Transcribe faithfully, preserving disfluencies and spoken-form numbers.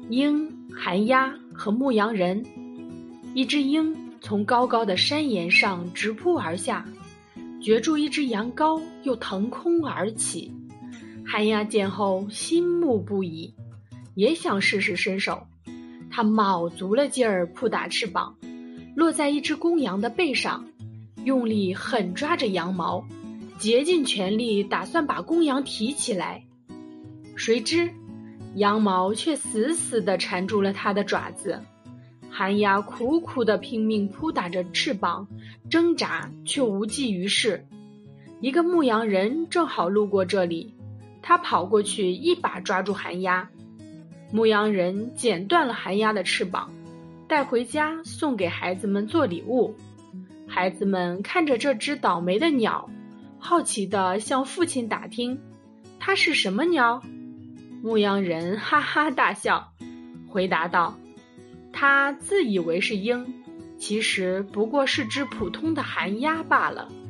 鹰、寒鸦和牧羊人。一只鹰从高高的山岩上直扑而下，攫住一只羊羔，又腾空而起。寒鸦见后心慕不已，也想试试身手。它卯足了劲儿扑打翅膀，落在一只公羊的背上，用力狠抓着羊毛，竭尽全力打算把公羊提起来。谁知羊毛却死死地缠住了它的爪子。寒鸦苦苦地拼命扑打着翅膀，挣扎却无济于事。一个牧羊人正好路过这里，他跑过去一把抓住寒鸦。牧羊人剪断了寒鸦的翅膀，带回家送给孩子们做礼物。孩子们看着这只倒霉的鸟，好奇地向父亲打听，它是什么鸟？牧羊人哈哈大笑，回答道，他自以为是鹰，其实不过是只普通的寒鸦罢了。